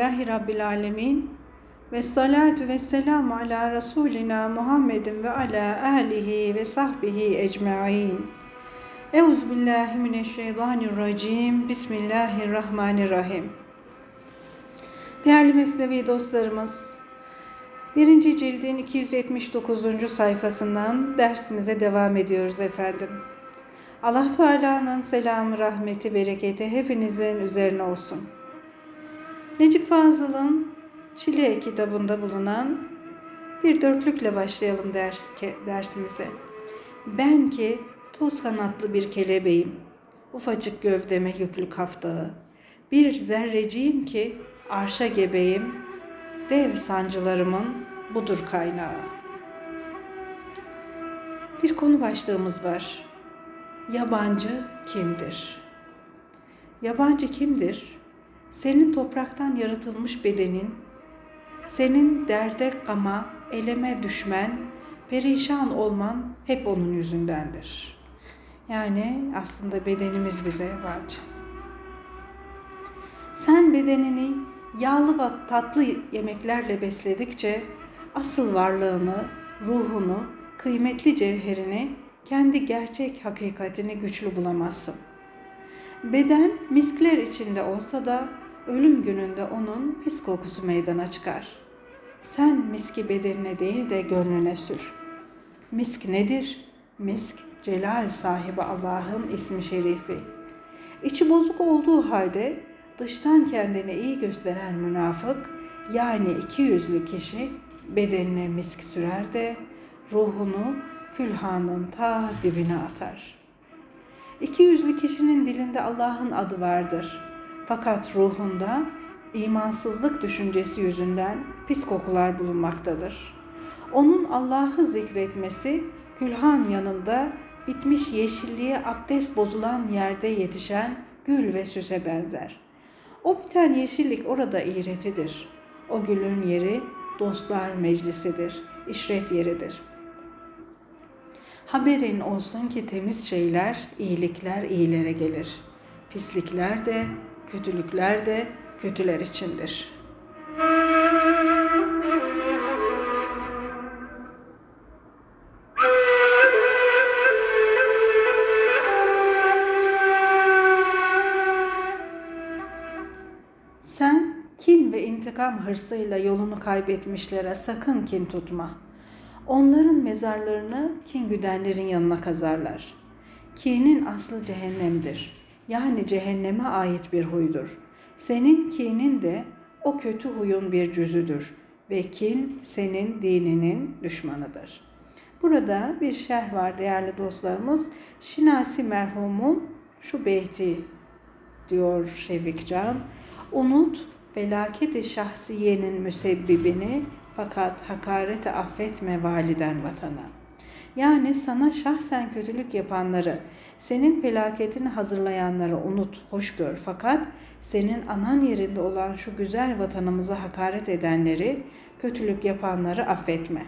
Elhamdülillahi Rabbil Alemin. Ve salatu ve selamu ala Resulina Muhammedin ve ala alihi ve sahbihi ecma'in. Euzubillahimineşşeytanirracim. Bismillahirrahmanirrahim. Değerli Mesnevi dostlarımız, 1. cildin 279. sayfasından dersimize devam ediyoruz efendim. Allah Teala'nın selamı, rahmeti, bereketi hepinizin üzerine olsun. Necip Fazıl'ın Çile kitabında bulunan bir dörtlükle başlayalım dersimize. Ben ki toz kanatlı bir kelebeğim, ufacık gövdeme yüklü kaftağı, bir zerreciyim ki arşa gebeyim, dev sancılarımın budur kaynağı. Bir konu başlığımız var. Yabancı kimdir? Yabancı kimdir? Senin topraktan yaratılmış bedenin, senin derde gama, eleme düşmen, perişan olman hep onun yüzündendir. Yani aslında bedenimiz bize yabancı. Sen bedenini yağlı ve tatlı yemeklerle besledikçe asıl varlığını, ruhunu, kıymetli cevherini, kendi gerçek hakikatini güçlü bulamazsın. Beden miskler içinde olsa da ölüm gününde onun pis kokusu meydana çıkar. Sen miski bedenine değil de gönlüne sür. Misk nedir? Misk, celal sahibi Allah'ın ismi şerifi. İçi bozuk olduğu halde dıştan kendini iyi gösteren münafık, yani ikiyüzlü kişi bedenine misk sürer de ruhunu külhanın ta dibine atar. İkiyüzlü kişinin dilinde Allah'ın adı vardır. Fakat ruhunda imansızlık düşüncesi yüzünden pis kokular bulunmaktadır. Onun Allah'ı zikretmesi külhan yanında bitmiş yeşilliğe abdest bozulan yerde yetişen gül ve süse benzer. O biten yeşillik orada iğretidir. O gülün yeri dostlar meclisidir, işret yeridir. Haberin olsun ki temiz şeyler, iyilikler iyilere gelir. Pislikler de, kötülükler de kötüler içindir. Sen kin ve intikam hırsıyla yolunu kaybetmişlere sakın kin tutma. Onların mezarlarını kin güdenlerin yanına kazarlar. Kinin aslı cehennemdir. Yani cehenneme ait bir huydur. Senin kinin de o kötü huyun bir cüzüdür. Ve kin senin dininin düşmanıdır. Burada bir şerh var değerli dostlarımız. Şinasi merhumun şu beyti diyor Şefikcan. Unut felaketi şahsiyenin müsebbibini, fakat hakarete affetme validen vatana. Yani sana şahsen kötülük yapanları, senin felaketini hazırlayanları unut, hoş gör. Fakat senin anan yerinde olan şu güzel vatanımıza hakaret edenleri, kötülük yapanları affetme.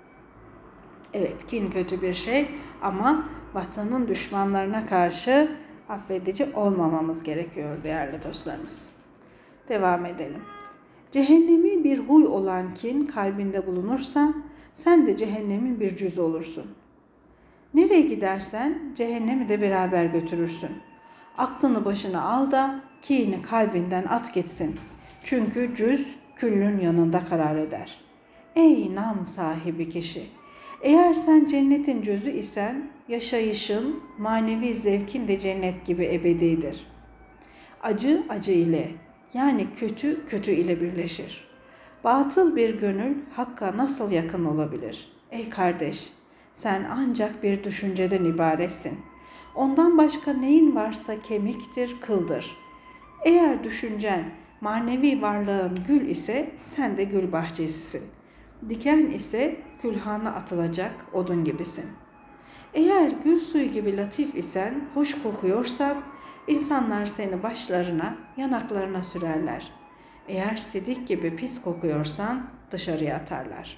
Evet, kin kötü bir şey ama vatanın düşmanlarına karşı affedici olmamamız gerekiyor değerli dostlarımız. Devam edelim. Cehennemi bir huy olan kin kalbinde bulunursa sen de cehennemin bir cüzü olursun. Nereye gidersen cehennemi de beraber götürürsün. Aklını başına al da kini kalbinden at gitsin. Çünkü cüz küllün yanında karar eder. Ey nam sahibi kişi! Eğer sen cennetin cüzü isen yaşayışın, manevi zevkin de cennet gibi ebedidir. Acı acı ile, yani kötü kötü ile birleşir. Batıl bir gönül hakka nasıl yakın olabilir? Ey kardeş, sen ancak bir düşünceden ibaretsin. Ondan başka neyin varsa kemiktir, kıldır. Eğer düşüncen manevi varlığın gül ise sen de gül bahçesisin. Diken ise külhana atılacak odun gibisin. Eğer gül suyu gibi latif isen, hoş kokuyorsan, İnsanlar seni başlarına, yanaklarına sürerler. Eğer sidik gibi pis kokuyorsan dışarıya atarlar.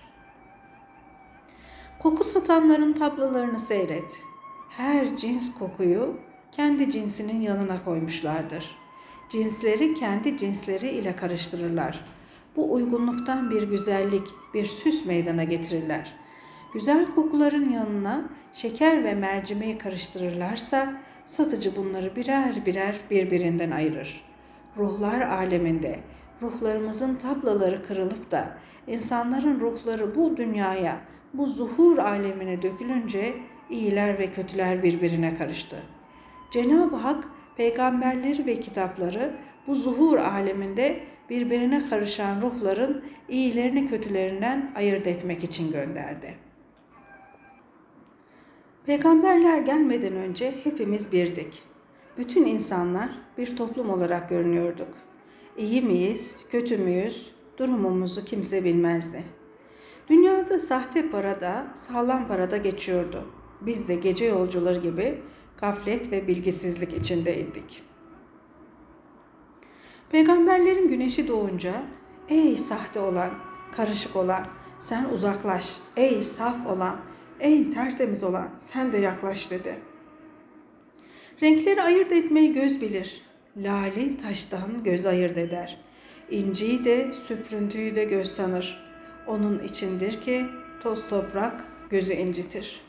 Koku satanların tablolarını seyret. Her cins kokuyu kendi cinsinin yanına koymuşlardır. Cinsleri kendi cinsleri ile karıştırırlar. bu uygunluktan bir güzellik, bir süs meydana getirirler. Güzel kokuların yanına şeker ve mercimeği karıştırırlarsa satıcı bunları birer birer birbirinden ayırır. Ruhlar aleminde ruhlarımızın tablaları kırılıp da insanların ruhları bu dünyaya, bu zuhur alemine dökülünce iyiler ve kötüler birbirine karıştı. Cenab-ı Hak peygamberleri ve kitapları bu zuhur aleminde birbirine karışan ruhların iyilerini kötülerinden ayırt etmek için gönderdi. Peygamberler gelmeden önce hepimiz birdik. Bütün insanlar bir toplum olarak görünüyorduk. İyi miyiz, kötü müyüz, durumumuzu kimse bilmezdi. Dünyada sahte para da, sağlam para da geçiyordu. Biz de gece yolcuları gibi gaflet ve bilgisizlik içindeydik. Peygamberlerin güneşi doğunca, ey sahte olan, karışık olan, sen uzaklaş, ey saf olan, ey tertemiz olan, sen de yaklaş dedi. Renkleri ayırt etmeyi göz bilir, lali taştan göz ayırt eder. İnciyi de, süprüntüyü de göz sanır. Onun içindir ki toz toprak gözü incitir.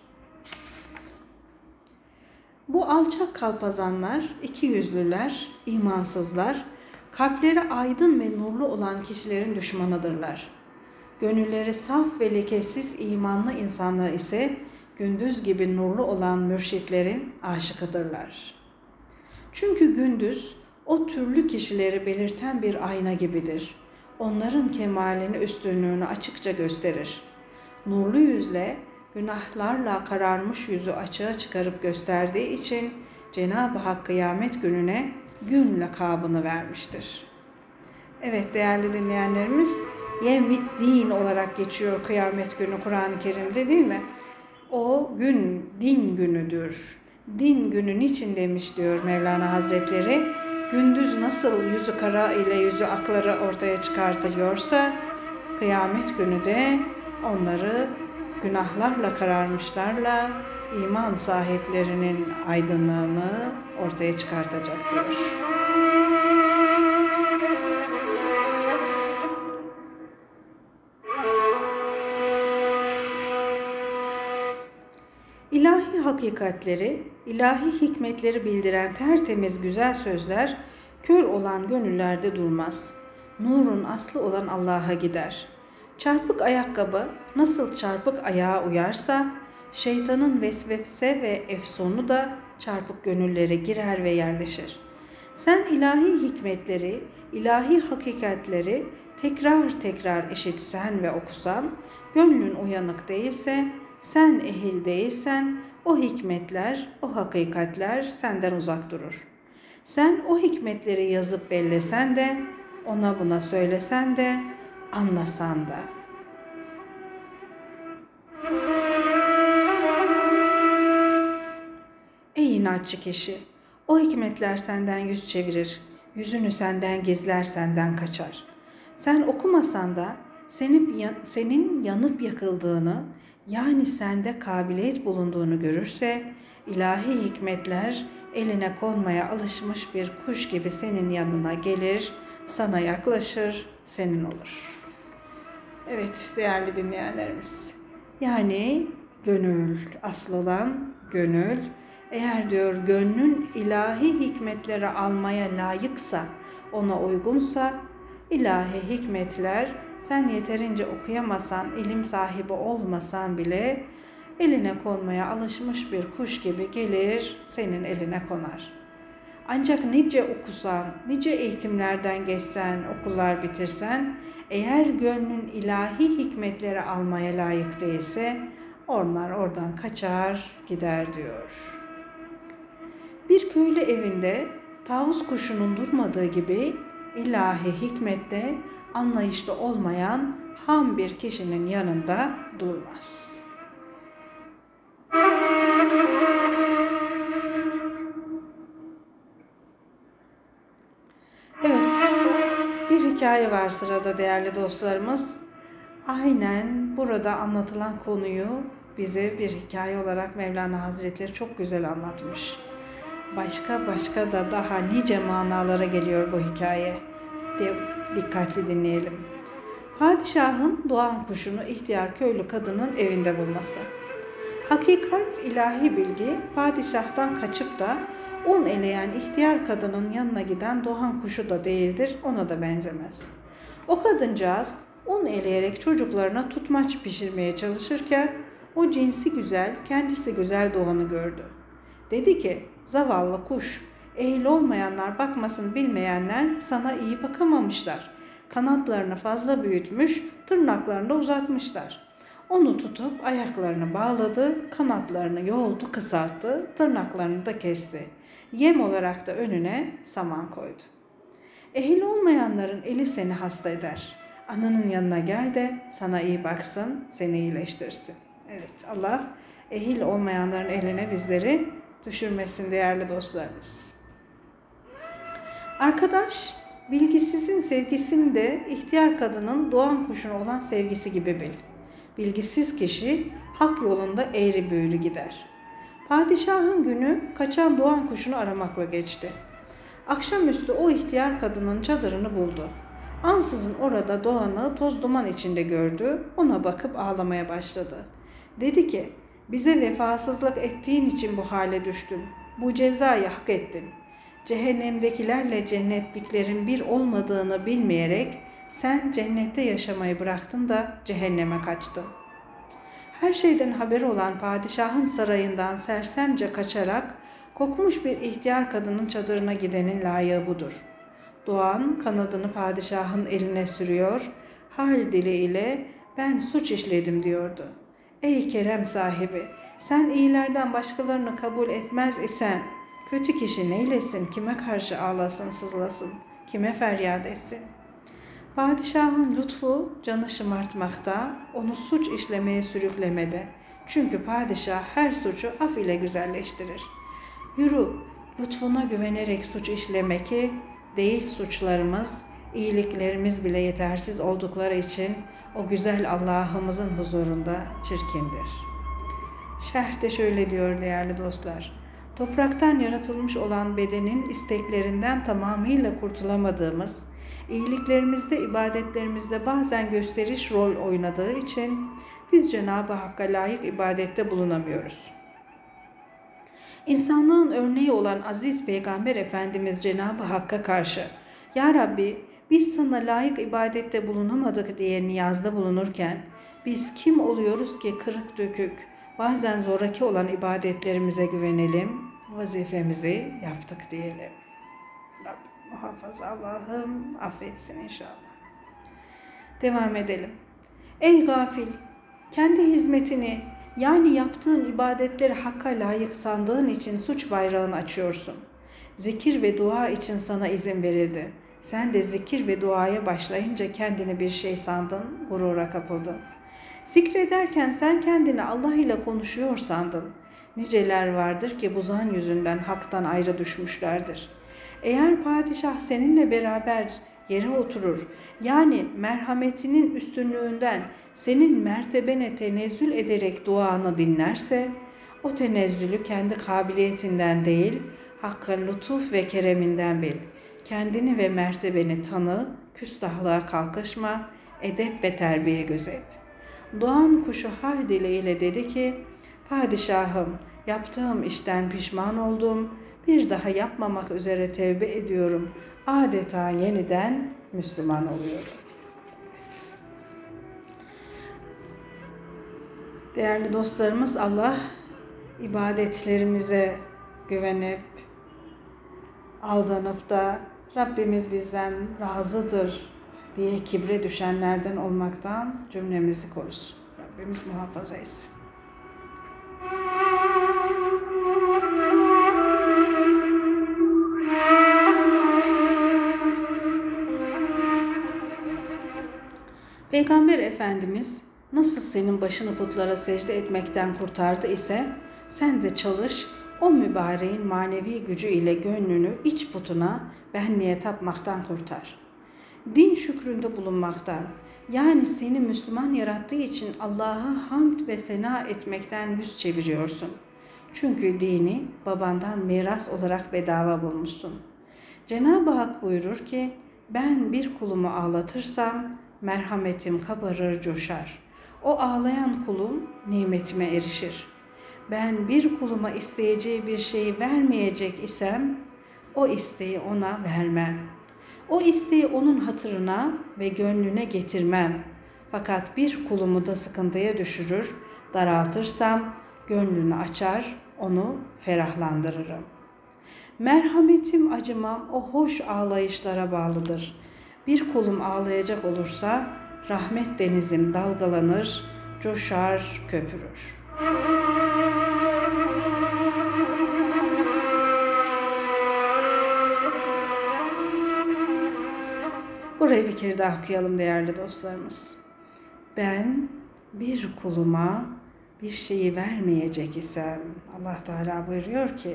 Bu alçak kalpazanlar, ikiyüzlüler, imansızlar, kalpleri aydın ve nurlu olan kişilerin düşmanıdırlar. Gönülleri saf ve lekesiz imanlı insanlar ise gündüz gibi nurlu olan mürşitlerin aşıkıdırlar. Çünkü gündüz o türlü kişileri belirten bir ayna gibidir. Onların kemalini, üstünlüğünü açıkça gösterir. Nurlu yüzle, günahlarla kararmış yüzü açığa çıkarıp gösterdiği için Cenab-ı Hak kıyamet gününe gün lakabını vermiştir. Evet değerli dinleyenlerimiz, Yevmiddin olarak geçiyor kıyamet günü Kur'an-ı Kerim'de değil mi? O gün din günüdür. Din günü niçin demiş diyor Mevlana Hazretleri. Gündüz nasıl yüzü kara ile yüzü akları ortaya çıkartıyorsa kıyamet günü de onları günahlarla kararmışlarla iman sahiplerinin aydınlığını ortaya çıkartacak diyor. İlahi hakikatleri, ilahi hikmetleri bildiren tertemiz güzel sözler kör olan gönüllerde durmaz. Nurun aslı olan Allah'a gider. Çarpık ayakkabı nasıl çarpık ayağa uyarsa, şeytanın vesvese ve efsonu da çarpık gönüllere girer ve yerleşir. Sen ilahi hikmetleri, ilahi hakikatleri tekrar tekrar işitsen ve okusan, gönlün uyanık değilse, sen ehil değilsen, o hikmetler, o hakikatler senden uzak durur. Sen o hikmetleri yazıp bellesen de, ona buna söylesen de, anlasan da. Ey inatçı kişi, o hikmetler senden yüz çevirir, yüzünü senden gizler, senden kaçar. Sen okumasan da senin yanıp yakıldığını, yani sende kabiliyet bulunduğunu görürse, ilahi hikmetler eline konmaya alışmış bir kuş gibi senin yanına gelir, sana yaklaşır, senin olur. Evet değerli dinleyenlerimiz, yani gönül, asıl olan gönül, eğer diyor gönlün ilahi hikmetleri almaya layıksa, ona uygunsa, ilahi hikmetler sen yeterince okuyamasan, ilim sahibi olmasan bile eline konmaya alışmış bir kuş gibi gelir, senin eline konar. Ancak nice okusan, nice eğitimlerden geçsen, okullar bitirsen, eğer gönlün ilahi hikmetleri almaya layık değilse, onlar oradan kaçar gider diyor. Bir köylü evinde tavus kuşunun durmadığı gibi ilahi hikmette anlayışlı olmayan ham bir kişinin yanında durmaz. Evet, bir hikaye var sırada değerli dostlarımız. Aynen burada anlatılan konuyu bize bir hikaye olarak Mevlana Hazretleri çok güzel anlatmış. Başka da daha nice manalara geliyor bu hikaye. Dikkatli dinleyelim. Padişahın doğan kuşunu ihtiyar köylü kadının evinde bulması. Hakikat ilahi bilgi padişahtan kaçıp da un eleyen ihtiyar kadının yanına giden doğan kuşu da değildir, ona da benzemez. O kadıncağız un eleyerek çocuklarına tutmaç pişirmeye çalışırken o cinsi güzel, kendisi güzel doğanı gördü. Dedi ki, zavallı kuş, ehil olmayanlar bakmasın bilmeyenler sana iyi bakamamışlar. Kanatlarını fazla büyütmüş, tırnaklarını da uzatmışlar. Onu tutup ayaklarını bağladı, kanatlarını yoldu, kısalttı, tırnaklarını da kesti. Yem olarak da önüne saman koydu. Ehil olmayanların eli seni hasta eder. Ananın yanına gel de sana iyi baksın, seni iyileştirsin. Evet, Allah ehil olmayanların eline bizleri düşürmesin değerli dostlarımız. Arkadaş, bilgisizin sevgisini de ihtiyar kadının doğan kuşuna olan sevgisi gibi bil. Bilgisiz kişi hak yolunda eğri büğrü gider. Padişahın günü kaçan doğan kuşunu aramakla geçti. Akşamüstü o ihtiyar kadının çadırını buldu. Ansızın orada doğanı toz duman içinde gördü, ona bakıp ağlamaya başladı. Dedi ki, bize vefasızlık ettiğin için bu hale düştün. Bu cezayı hak ettin. Cehennemdekilerle cennetliklerin bir olmadığını bilmeyerek sen cennette yaşamayı bıraktın da cehenneme kaçtın. Her şeyden haberi olan padişahın sarayından sersemce kaçarak kokmuş bir ihtiyar kadının çadırına gidenin layığı budur. Doğan kanadını padişahın eline sürüyor, hal diliyle ben suç işledim diyordu. Ey kerem sahibi, sen iyilerden başkalarını kabul etmez isen, kötü kişi neylesin, kime karşı ağlasın, sızlasın, kime feryat etsin? Padişahın lütfu canı şımartmakta, onu suç işlemeye sürüklemede. Çünkü padişah her suçu af ile güzelleştirir. Yürü, lütfuna güvenerek suç işleme ki, değil suçlarımız, iyiliklerimiz bile yetersiz oldukları için o güzel Allah'ımızın huzurunda çirkindir. Şerhte şöyle diyor değerli dostlar. Topraktan yaratılmış olan bedenin isteklerinden tamamıyla kurtulamadığımız, iyiliklerimizde, ibadetlerimizde bazen gösteriş rol oynadığı için biz Cenab-ı Hakk'a layık ibadette bulunamıyoruz. İnsanlığın örneği olan aziz Peygamber Efendimiz Cenab-ı Hakk'a karşı, Ya Rabbi biz sana layık ibadette bulunamadık diye niyazda bulunurken, biz kim oluyoruz ki kırık dökük, bazen zoraki olan ibadetlerimize güvenelim, vazifemizi yaptık diyelim. Rabbim muhafaza, Allah'ım affetsin inşallah. Devam edelim. Ey gafil, kendi hizmetini yani yaptığın ibadetleri Hakk'a layık sandığın için suç bayrağını açıyorsun. Zikir ve dua için sana izin verildi. Sen de zikir ve duaya başlayınca kendini bir şey sandın, gurura kapıldın. Zikrederken sen kendini Allah ile konuşuyor sandın. Niceler vardır ki bu zan yüzünden haktan ayrı düşmüşlerdir. Eğer padişah seninle beraber yere oturur, yani merhametinin üstünlüğünden senin mertebene tenezzül ederek duanı dinlerse, o tenezzülü kendi kabiliyetinden değil, Hakk'ın lütuf ve kereminden bil. Kendini ve mertebeni tanı, küstahlığa kalkışma, edep ve terbiye gözet. Doğan kuşu hal diliyle dedi ki, padişahım, yaptığım işten pişman oldum, bir daha yapmamak üzere tevbe ediyorum. Adeta yeniden Müslüman oluyorum. Evet. Değerli dostlarımız, Allah ibadetlerimize güvenip, aldanıp da Rabbimiz bizden razıdır diye kibre düşenlerden olmaktan cümlemizi korusun. Rabbimiz muhafaza etsin. Peygamber Efendimiz nasıl senin başını putlara secde etmekten kurtardı ise sen de çalış, o mübareğin manevi gücü ile gönlünü iç putuna benliğe tapmaktan kurtar. Din şükründe bulunmaktan, yani seni Müslüman yarattığı için Allah'a hamd ve sena etmekten yüz çeviriyorsun. Çünkü dini babandan miras olarak bedava bulmuşsun. Cenab-ı Hak buyurur ki, ben bir kulumu ağlatırsam merhametim kabarır coşar. O ağlayan kulum nimetime erişir. Ben bir kuluma isteyeceği bir şeyi vermeyecek isem, o isteği ona vermem. O isteği onun hatırına ve gönlüne getirmem. Fakat bir kulumu da sıkıntıya düşürür, daraltırsam gönlünü açar, onu ferahlandırırım. Merhametim acımam o hoş ağlayışlara bağlıdır. Bir kulum ağlayacak olursa rahmet denizim dalgalanır, coşar, köpürür. Burayı bir kere daha okuyalım değerli dostlarımız. Ben bir kuluma bir şeyi vermeyecek isem, Allah Teala buyuruyor ki,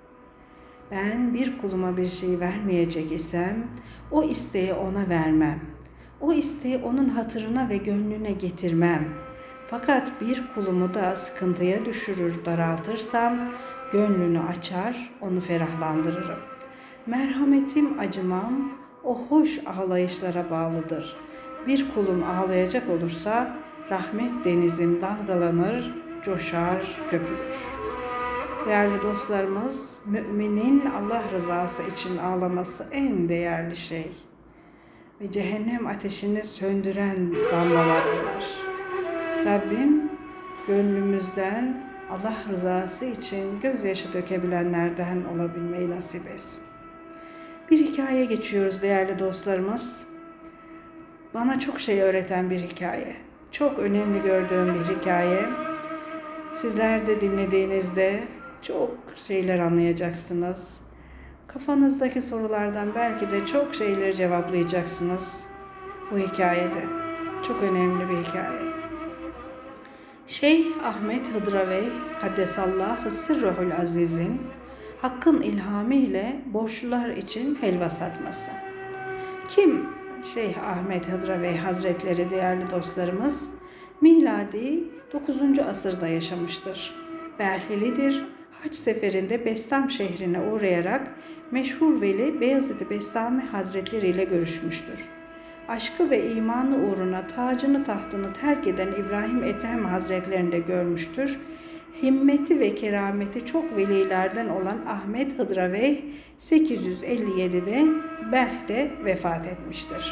ben bir kuluma bir şeyi vermeyecek isem, o isteği ona vermem. O isteği onun hatırına ve gönlüne getirmem. Fakat bir kulumu da sıkıntıya düşürür, daraltırsam, gönlünü açar, onu ferahlandırırım. Merhametim acımam, o hoş ağlayışlara bağlıdır. Bir kulum ağlayacak olursa, rahmet denizim dalgalanır, coşar, köpürür. Değerli dostlarımız, müminin Allah rızası için ağlaması en değerli şey. Ve cehennem ateşini söndüren damlalar onlar. Rabbim gönlümüzden Allah rızası için gözyaşı dökebilenlerden olabilmeyi nasip etsin. Bir hikaye geçiyoruz değerli dostlarımız. Bana çok şey öğreten bir hikaye. Çok önemli gördüğüm bir hikaye. Sizler de dinlediğinizde çok şeyler anlayacaksınız. Kafanızdaki sorulardan belki de çok şeyleri cevaplayacaksınız bu hikayede. Çok önemli bir hikaye. Şeyh Ahmet Hıdravey Kaddesallahu Sirruhul Aziz'in Hakk'ın ilhamı ile borçlular için helva satması. Kim Şeyh Ahmet Hıdravey Hazretleri değerli dostlarımız? Miladi 9. asırda yaşamıştır. Berhelidir. Hac seferinde Bestam şehrine uğrayarak meşhur veli Beyazıt-ı Bestami Hazretleri ile görüşmüştür. Aşkı ve imanı uğruna tacını tahtını terk eden İbrahim Ethem Hazretlerini de görmüştür. Himmeti ve kerameti çok velilerden olan Ahmet Hıdravey 857'de Belh'te vefat etmiştir.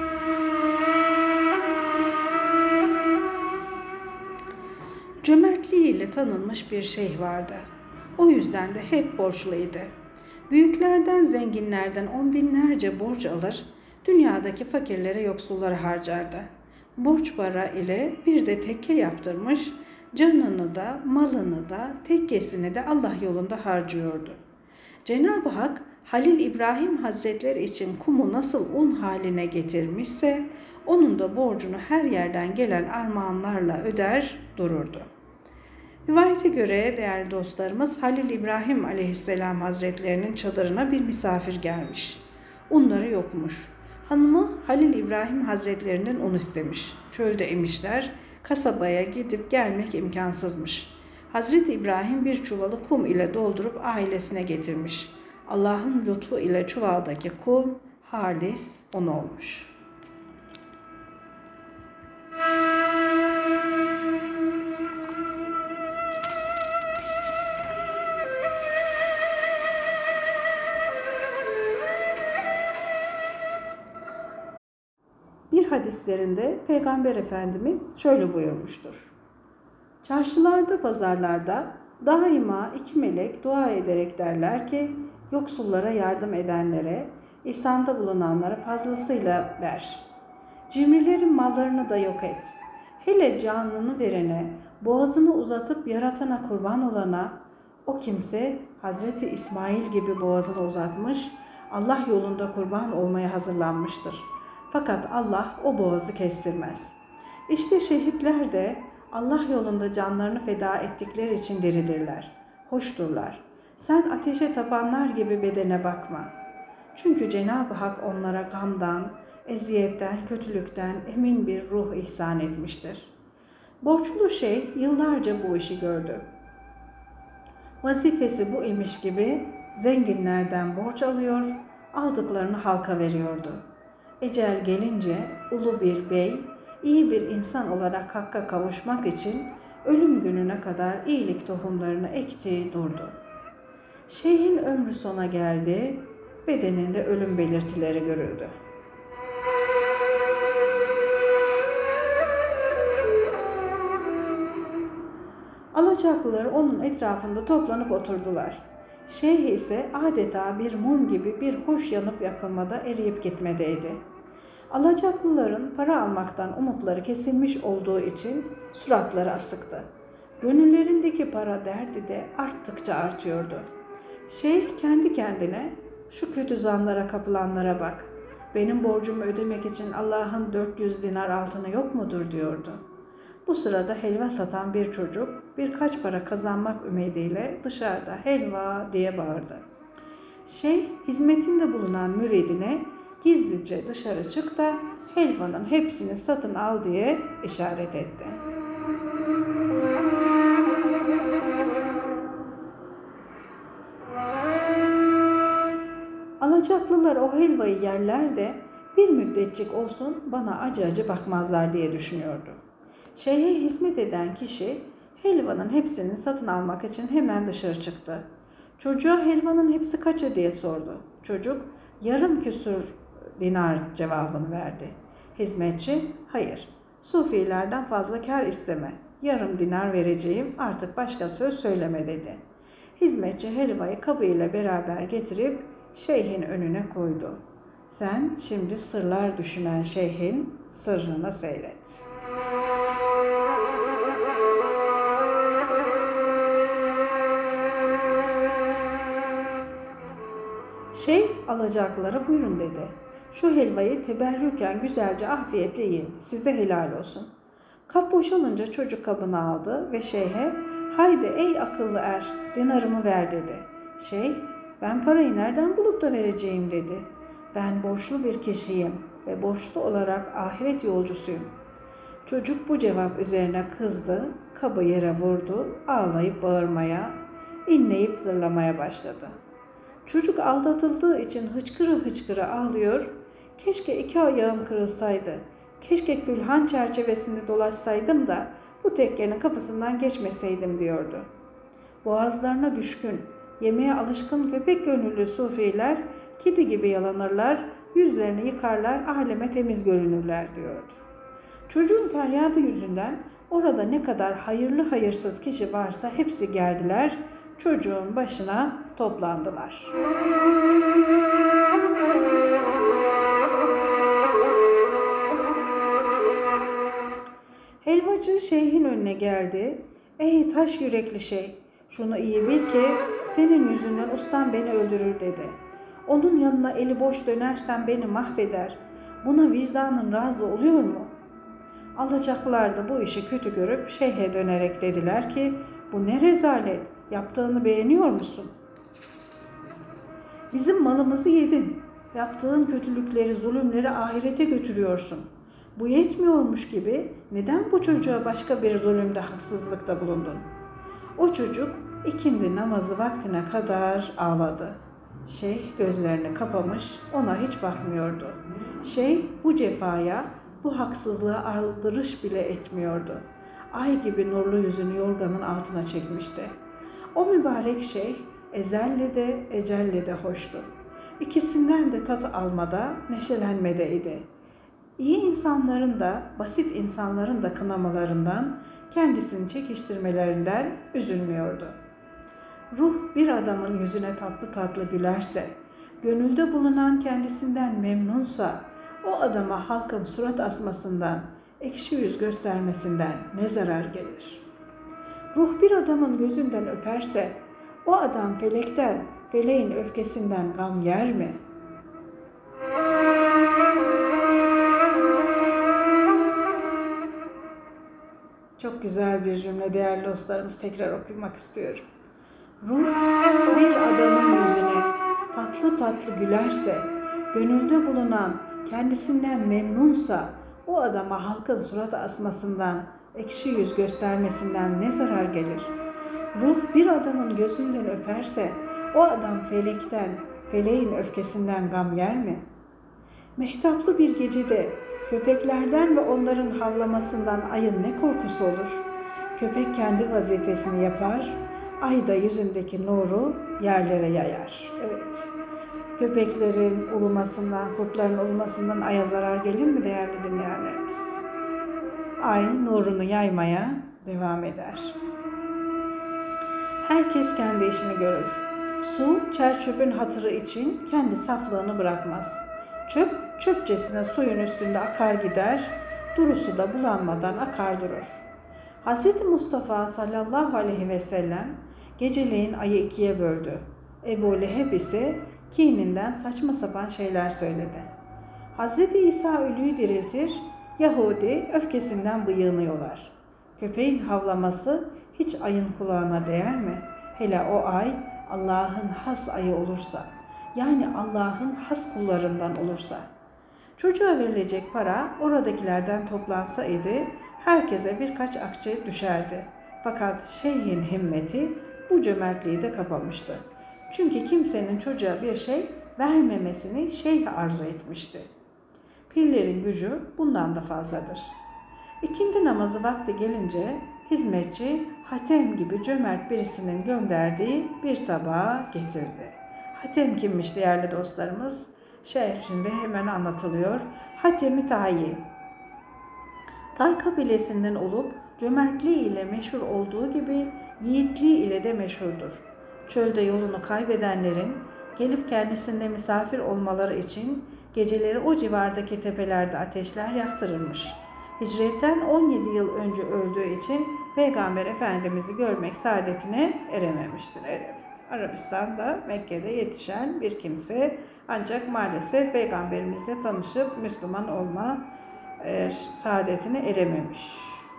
Cömertliğiyle tanınmış bir şeyh vardı. O yüzden de hep borçluydu. Büyüklerden, zenginlerden on binlerce borç alır, dünyadaki fakirlere, yoksullara harcardı. Borç para ile bir de tekke yaptırmış, canını da, malını da, tekkesini de Allah yolunda harcıyordu. Cenab-ı Hak, Halil İbrahim Hazretleri için kumu nasıl un haline getirmişse, onun da borcunu her yerden gelen armağanlarla öder dururdu. Rivayete göre değerli dostlarımız Halil İbrahim Aleyhisselam Hazretlerinin çadırına bir misafir gelmiş. Unları yokmuş. Hanımı Halil İbrahim Hazretlerinden un istemiş. Çölde emişler, kasabaya gidip gelmek imkansızmış. Hazreti İbrahim bir çuvalı kum ile doldurup ailesine getirmiş. Allah'ın lütfu ile çuvaldaki kum halis un olmuş. Bir hadislerinde Peygamber Efendimiz şöyle buyurmuştur. Çarşılarda, pazarlarda daima iki melek dua ederek derler ki, yoksullara yardım edenlere, ihsanda bulunanlara fazlasıyla ver. Cimrilerin mallarını da yok et. Hele canını verene, boğazını uzatıp yaratana kurban olana, o kimse Hazreti İsmail gibi boğazını uzatmış, Allah yolunda kurban olmaya hazırlanmıştır. Fakat Allah o boğazı kestirmez. İşte şehitler de Allah yolunda canlarını feda ettikleri için diridirler. Hoşturlar. Sen ateşe tapanlar gibi bedene bakma. Çünkü Cenab-ı Hak onlara gamdan, eziyetten, kötülükten emin bir ruh ihsan etmiştir. Borçlu şey yıllarca bu işi gördü. Vazifesi bu imiş gibi zenginlerden borç alıyor, aldıklarını halka veriyordu. Ecel gelince ulu bir bey, iyi bir insan olarak hakka kavuşmak için ölüm gününe kadar iyilik tohumlarını ekti durdu. Şeyhin ömrü sona geldi, bedeninde ölüm belirtileri görüldü. Alacaklılar onun etrafında toplanıp oturdular. Şeyh ise adeta bir mum gibi bir hoş yanıp yakılmada eriyip gitmedeydi. Alacaklıların para almaktan umutları kesilmiş olduğu için suratları asıktı. Gönüllerindeki para derdi de arttıkça artıyordu. Şeyh kendi kendine, şu kötü zanlara kapılanlara bak, benim borcumu ödemek için Allah'ın 400 dinar altını yok mudur diyordu. Bu sırada helva satan bir çocuk birkaç para kazanmak ümidiyle dışarıda helva diye bağırdı. Şeyh hizmetinde bulunan müridine gizlice dışarı çık da helvanın hepsini satın al diye işaret etti. Alacaklılar o helvayı yerler de bir müddetçik olsun bana acı acı bakmazlar diye düşünüyordu. Şeyhe hizmet eden kişi helvanın hepsini satın almak için hemen dışarı çıktı. Çocuğa helvanın hepsi kaça diye sordu. Çocuk yarım küsur dinar cevabını verdi. Hizmetçi hayır, sufilerden fazla kar isteme, yarım dinar vereceğim, artık başka söz söyleme dedi. Hizmetçi helvayı kabıyla beraber getirip şeyhin önüne koydu. Sen şimdi sırlar düşünen şeyhin sırrını seyret. Şeyh alacaklılara buyurun dedi. Şu helvayı teberrüken güzelce afiyetle yiyin, size helal olsun. Kap boşalınca çocuk kabını aldı ve şeyhe haydi ey akıllı er dinarımı ver dedi. Şeyh ben parayı nereden bulup da vereceğim dedi. Ben borçlu bir kişiyim ve borçlu olarak ahiret yolcusuyum. Çocuk bu cevap üzerine kızdı, kabı yere vurdu, ağlayıp bağırmaya, inleyip zırlamaya başladı. Çocuk aldatıldığı için hıçkıra hıçkıra ağlıyor, keşke 2 ayağım kırılsaydı, keşke külhan çerçevesinde dolaşsaydım da bu tekkenin kapısından geçmeseydim diyordu. Boğazlarına düşkün, yemeğe alışkın köpek gönüllü sufiler kedi gibi yalanırlar, yüzlerini yıkarlar, aleme temiz görünürler diyordu. Çocuğun feryadı yüzünden orada ne kadar hayırlı hayırsız kişi varsa hepsi geldiler, çocuğun başına toplandılar. Helvacı şeyhin önüne geldi. Ey taş yürekli şey, şunu iyi bil ki senin yüzünden ustam beni öldürür dedi. Onun yanına eli boş dönersen beni mahveder. Buna vicdanın razı oluyor mu? Alacaklılar da bu işi kötü görüp şeyhe dönerek dediler ki bu ne rezalet, yaptığını beğeniyor musun? Bizim malımızı yedin, yaptığın kötülükleri, zulümleri ahirete götürüyorsun. Bu yetmiyormuş gibi neden bu çocuğa başka bir zulümde, haksızlıkta bulundun? O çocuk ikindi namazı vaktine kadar ağladı. Şeyh gözlerini kapamış, ona hiç bakmıyordu. Şeyh bu cefaya, bu haksızlığa aldırış bile etmiyordu. Ay gibi nurlu yüzünü yorganın altına çekmişti. O mübarek şeyh ezelle de ecelle de hoştu. İkisinden de tat almada, neşelenmedeydi. İyi insanların da, basit insanların da kınamalarından, kendisini çekiştirmelerinden üzülmüyordu. Ruh bir adamın yüzüne tatlı tatlı gülerse, gönülde bulunan kendisinden memnunsa, o adama halkın surat asmasından, ekşi yüz göstermesinden ne zarar gelir? Ruh bir adamın gözünden öperse, o adam felekten, feleğin öfkesinden gam yer mi? Çok güzel bir cümle değerli dostlarımız, tekrar okumak istiyorum. Ruh bir adamın yüzüne tatlı tatlı gülerse, gönülde bulunan kendisinden memnunsa, o adama halkın surat asmasından, ekşi yüz göstermesinden ne zarar gelir? Ruh bir adamın gözünden öperse, o adam felekten, feleğin öfkesinden gam yer mi? Mehtaplı bir gecede köpeklerden ve onların havlamasından ayın ne korkusu olur? Köpek kendi vazifesini yapar, ay da yüzündeki nuru yerlere yayar. Evet, köpeklerin ulumasından, kurtların ulumasından aya zarar gelir mi değerli dinleyenlerimiz? Ay nurunu yaymaya devam eder. Herkes kendi işini görür. Su, çer-çöpün hatırı için kendi saflığını bırakmaz. Çöp, çöpçesine suyun üstünde akar gider, durusu da bulanmadan akar durur. Hz. Mustafa sallallahu aleyhi ve sellem geceleyin ayı ikiye böldü. Ebu Leheb ise kininden saçma sapan şeyler söyledi. Hz. İsa ölüyü diriltir, Yahudi öfkesinden bıyığını yolar. Köpeğin havlaması hiç ayın kulağına değer mi? Hele o ay Allah'ın has ayı olursa, yani Allah'ın has kullarından olursa. Çocuğa verilecek para oradakilerden toplansa idi, herkese birkaç akçe düşerdi. Fakat şeyhin himmeti bu cömertliği de kapamıştı. Çünkü kimsenin çocuğa bir şey vermemesini şeyh arzu etmişti. Pirlerin gücü bundan da fazladır. İkindi namazı vakti gelince hizmetçi Hatem gibi cömert birisinin gönderdiği bir tabağı getirdi. Hatem kimmiş değerli dostlarımız? Şerhinde hemen anlatılıyor. Hatem-i Tayi. Tay kabilesinden olup cömertliği ile meşhur olduğu gibi yiğitliği ile de meşhurdur. Çölde yolunu kaybedenlerin gelip kendisinde misafir olmaları için geceleri o civardaki tepelerde ateşler yaktırılmış. Hicretten 17 yıl önce öldüğü için Peygamber Efendimiz'i görmek saadetine erememiştir. Evet. Arabistan'da, Mekke'de yetişen bir kimse ancak maalesef Peygamberimizle tanışıp Müslüman olma saadetine erememiş.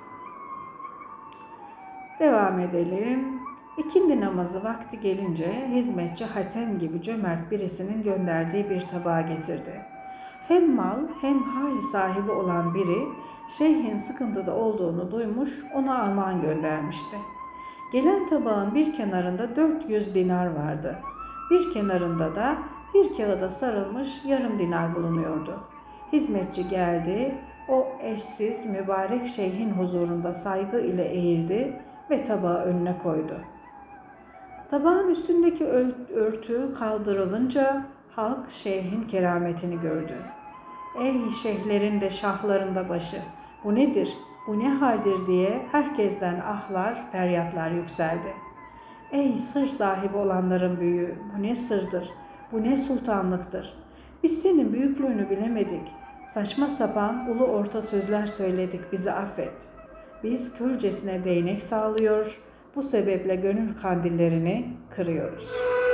Devam edelim. İkindi namazı vakti gelince hizmetçi Hatem gibi cömert birisinin gönderdiği bir tabağı getirdi. Hem mal hem hal sahibi olan biri şeyhin sıkıntıda olduğunu duymuş, ona armağan göndermişti. Gelen tabağın bir kenarında 400 dinar vardı. Bir kenarında da bir kağıda sarılmış yarım dinar bulunuyordu. Hizmetçi geldi, o eşsiz mübarek şeyhin huzurunda saygı ile eğildi ve tabağı önüne koydu. Tabağın üstündeki örtü kaldırılınca halk şeyhin kerametini gördü. Ey şeyhlerin de şahların da başı, bu nedir, bu ne haldir diye herkesten ahlar, feryatlar yükseldi. Ey sır sahibi olanların büyüğü, bu ne sırdır, bu ne sultanlıktır. Biz senin büyüklüğünü bilemedik, saçma sapan ulu orta sözler söyledik, bizi affet. Biz körcesine değnek sağlıyor, bu sebeple gönül kandillerini kırıyoruz.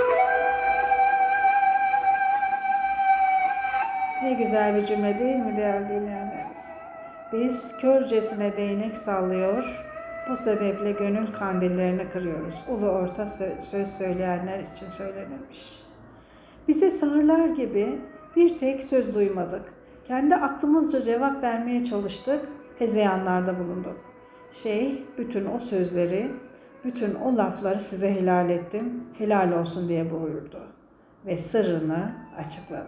Ne güzel bir cümle değil mi değerli dinleyenlerimiz? Biz körcesine değnek sallıyor, bu sebeple gönül kandillerini kırıyoruz. Ulu orta söz söyleyenler için söylenilmiş. Bize sağırlar gibi bir tek söz duymadık. Kendi aklımızca cevap vermeye çalıştık, hezeyanlarda bulunduk. Bütün o sözleri, bütün o lafları size helal ettim, helal olsun diye buyurdu ve sırrını açıkladı.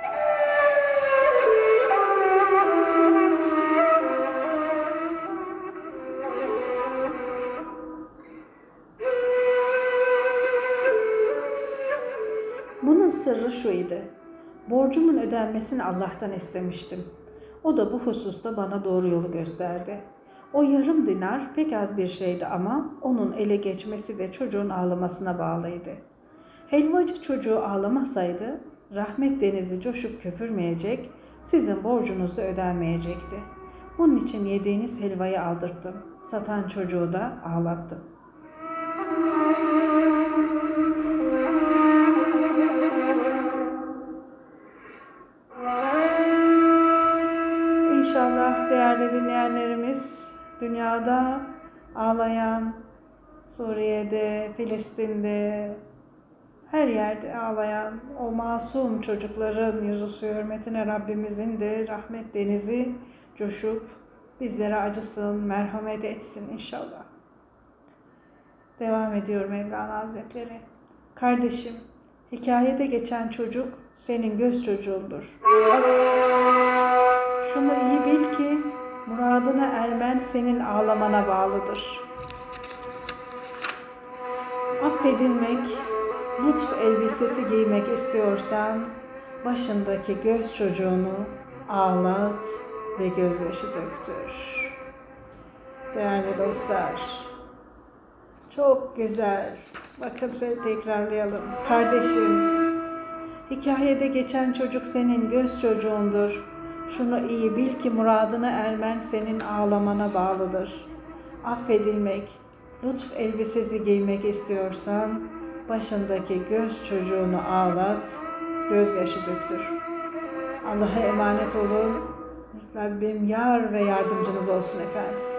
Bunun sırrı şu idi. Borcumun ödenmesini Allah'tan istemiştim. O da bu hususta bana doğru yolu gösterdi. O yarım dinar pek az bir şeydi ama onun ele geçmesi de çocuğun ağlamasına bağlıydı. Helvacı çocuğu ağlamasaydı rahmet denizi coşup köpürmeyecek, sizin borcunuz da ödenmeyecekti. Bunun için yediğiniz helvayı aldırttım. Satan çocuğu da ağlattım. İnşallah değerli dinleyenlerimiz, dünyada ağlayan, Suriye'de, Filistin'de, her yerde ağlayan o masum çocukların yüzüstü hürmetine Rabbimizin de rahmet denizi coşup bizlere acısın, merhamet etsin inşallah. Devam ediyor Mevlana Hazretleri. Kardeşim, hikayede geçen çocuk senin göz çocuğundur. Şunu iyi bil ki muradına ermen senin ağlamana bağlıdır. Affedilmek, lütf elbisesi giymek istiyorsan başındaki göz çocuğunu ağlat ve gözyaşı döktür. Değerli dostlar, çok güzel. Bakın tekrarlayalım. Kardeşim, hikayede geçen çocuk senin göz çocuğundur. Şunu iyi bil ki muradına ermen senin ağlamana bağlıdır. Affedilmek, lütf elbisesi giymek istiyorsan başındaki göz çocuğunu ağlat, gözyaşı döktür. Allah'a emanet olun. Rabbim yar ve yardımcınız olsun efendim.